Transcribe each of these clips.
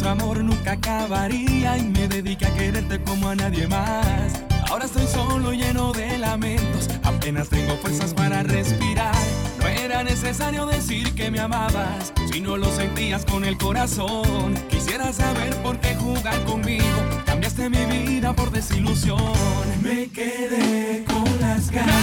nuestro amor nunca acabaría y me dediqué a quererte como a nadie más. Ahora estoy solo, lleno de lamentos, apenas tengo fuerzas para respirar. No era necesario decir que me amabas, si no lo sentías con el corazón. Quisiera saber por qué jugar conmigo, cambiaste mi vida por desilusión. Me quedé con las ganas,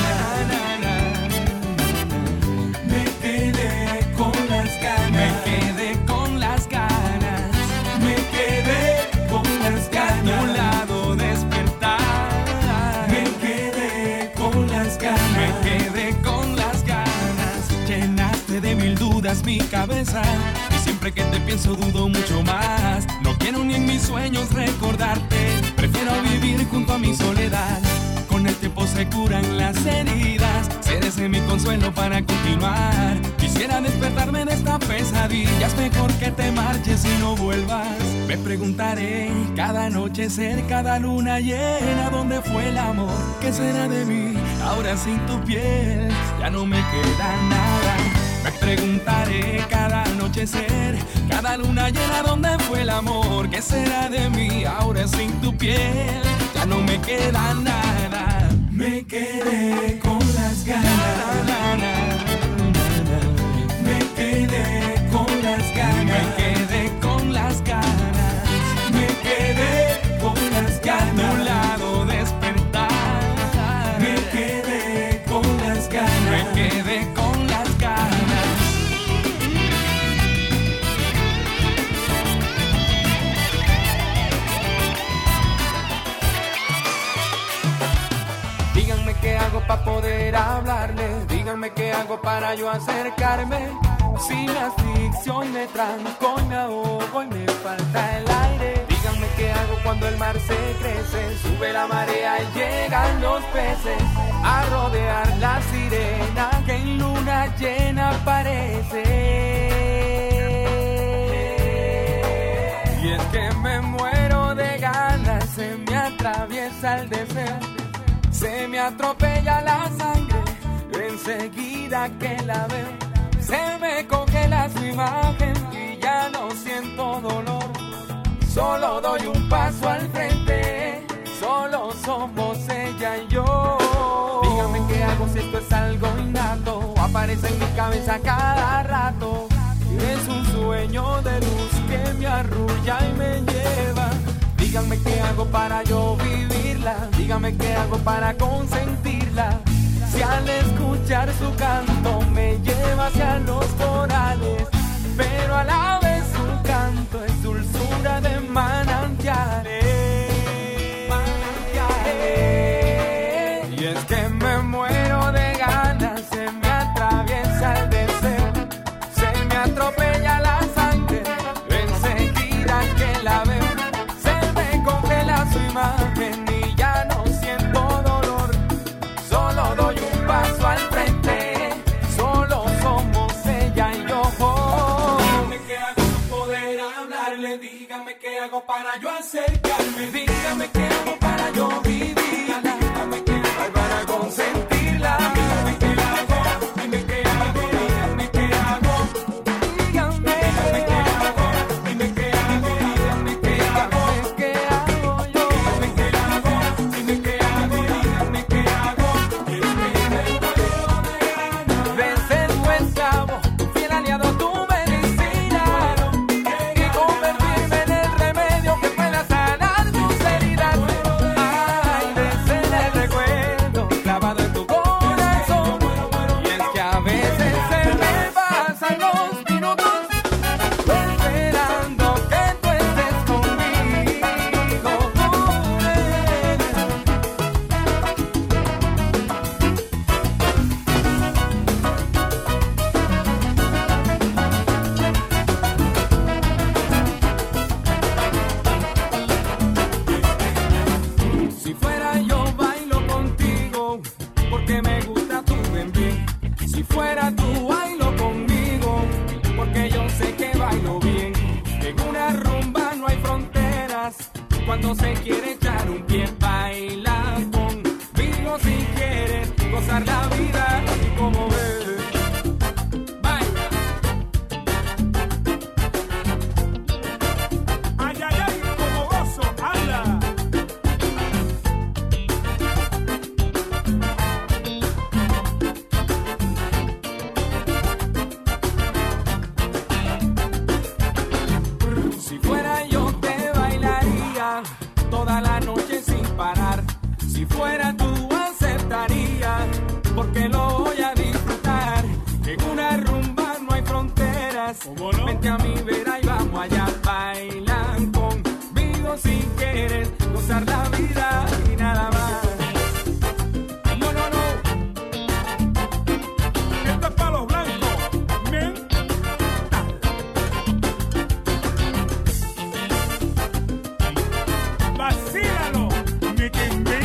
me quedé con las ganas, me quedé con las ganas, me quedé con las ganas. A tu lado despertar, me quedé con las ganas, me quedé con las ganas. Llenaste de mil dudas mi cabeza y siempre que te pienso dudo mucho más. No quiero ni en mis sueños recordarte, prefiero vivir junto a mi soledad. Con el tiempo se curan las heridas, serás mi consuelo para continuar. Quisiera despertarme de esta pesadilla, es mejor que te marches y no vuelvas. Me preguntaré cada anochecer, cada luna llena, ¿dónde fue el amor? ¿Qué será de mí ahora sin tu piel? Ya no me queda nada. Me preguntaré cada anochecer, cada luna llena, ¿dónde fue el amor? ¿Qué será de mí ahora sin tu piel? Ya no me queda nada. Me quedé con las ganas, me quedé con las ganas, me quedé con las ganas, me quedé con las ganas. A tu lado despertar, me quedé con las ganas, me quedé con las ganas. Díganme qué hago para poder hablarle, díganme qué hago para yo acercarme. Si la aflicción me trancó y me ahogo y me falta el aire. Díganme qué hago cuando el mar se crece, sube la marea y llegan los peces a rodear la sirena que en luna llena aparece. Y es que me muero de ganas, se me atraviesa el deseo, se me atropella la sangre enseguida que la veo. Se me congela su imagen y ya no siento dolor. Solo doy un paso al frente, solo somos ella y yo. Dígame qué hago si esto es algo innato, aparece en mi cabeza cada rato. Es un sueño de luz que me arrulla y me lleva. Díganme qué hago para yo vivirla, díganme qué hago para consentirla. Si al escuchar su canto me lleva hacia los corales, pero a la vez su canto es dulzura de manantiales. Y es que me muero de ganas, se me atraviesa el deseo, se me atropella la sangre enseguida que la veo. Su imagen y ya no siento dolor, solo doy un paso al frente, solo somos ella y yo. Dígame qué hago para poder hablarle, dígame qué hago para yo acercarme, dígame qué hago para yo vivirla, dígame qué hago para consentirla, dígame qué hago, dime qué hago, dígame qué hago, dígame qué hago, dime qué hago, dígame qué hago. Cuando se quiere echar un pie, baila conmigo si quieres gozar la vida como ves. Baila. ¿Cómo no? Vente a mi vera y vamos allá, bailar conmigo si quieres gozar la vida y nada más. No, no, no. Esto es para los blancos. Bien. Vacílalo, Nicky B.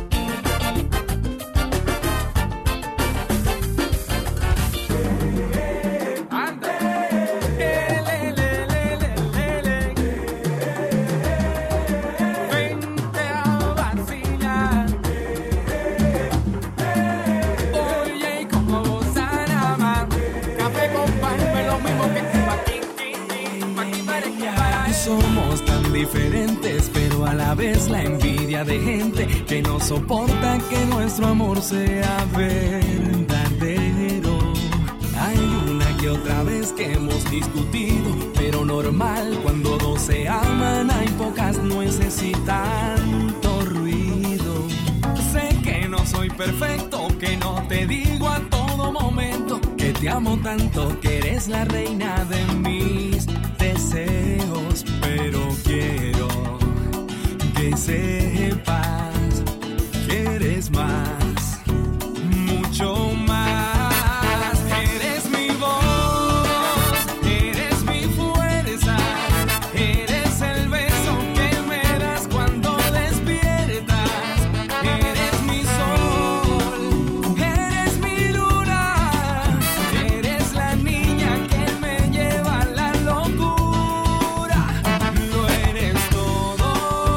Somos tan diferentes, pero a la vez la envidia de gente que no soporta que nuestro amor sea verdadero. Hay una que otra vez que hemos discutido, pero normal, cuando dos se aman hay pocas nueces y tanto ruido. Sé que no soy perfecto, que no te digo a todo momento que te amo tanto, que eres la reina de mis deseos, pero quiero que sepas que eres más, mucho más. Eres mi voz, eres mi fuerza, eres el beso que me das cuando despiertas, eres mi sol, eres mi luna, eres la niña que me lleva a la locura. Lo eres todo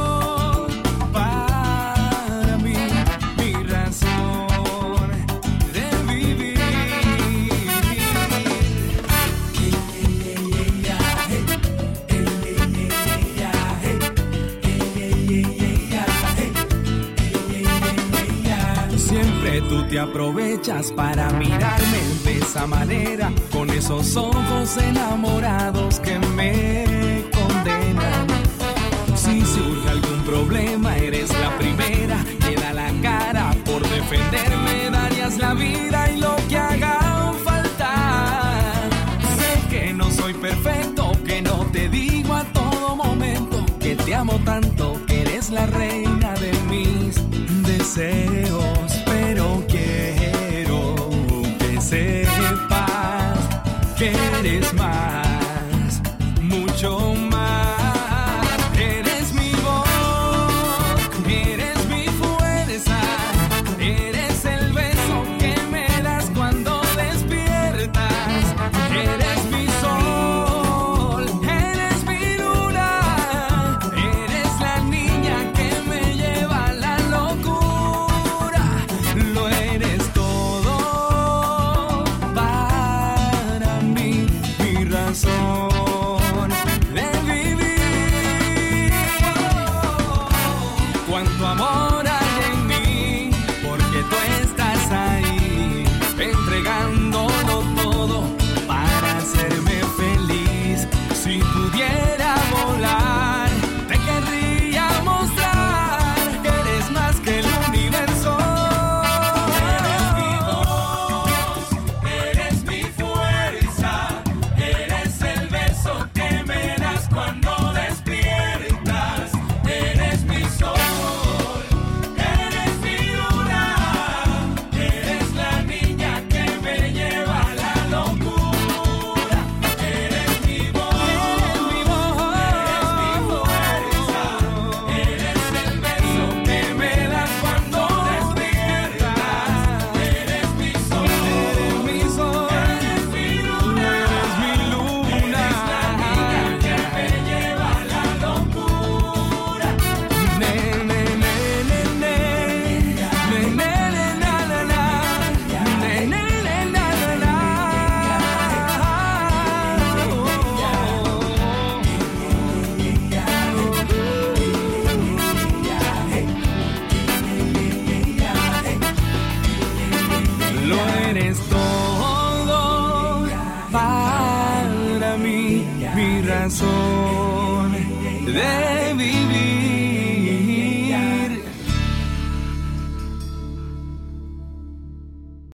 para mí, mi razón de vivir. Siempre tú te aprovechas para mirarme de esa manera, con esos ojos enamorados que me condenan. Si surge algún problema, eres la primera que da la cara por defenderme, darías la vida y lo que haga falta. Sé que no soy perfecto, que no te digo a todo momento que te amo tanto, que eres la reina de mis deseos, pero quiero que sepas que eres más, mucho más. Eres mi voz, eres mi fuerza, eres el beso que me das cuando despiertas, eres mi sol, eres mi luna, eres la niña que me lleva a la locura. Lo eres todo para mí, mi razón de vivir. Cuánto amor hay en mí, porque tú estás ahí, entregándolo todo para hacerme feliz. Si pudiera volar, te querría mostrar que eres más que el universo. Eres mi voz, eres mi fuerza, eres el beso que me das cuando despiertas, eres mi sol, eres mi luna, eres la niña que me lleva a la locura. Eres mi voz, eres mi fuerza, eres el beso que me das cuando despiertas, eres mi sol, eres mi luna, eres la niña que me lleva a la locura. Ne, ne, ne, ne, ne. Ne, ne, ne, na, na, na. Ne, ne, ne, na, na, na. Lo eres todo para mí, mi razón de vivir.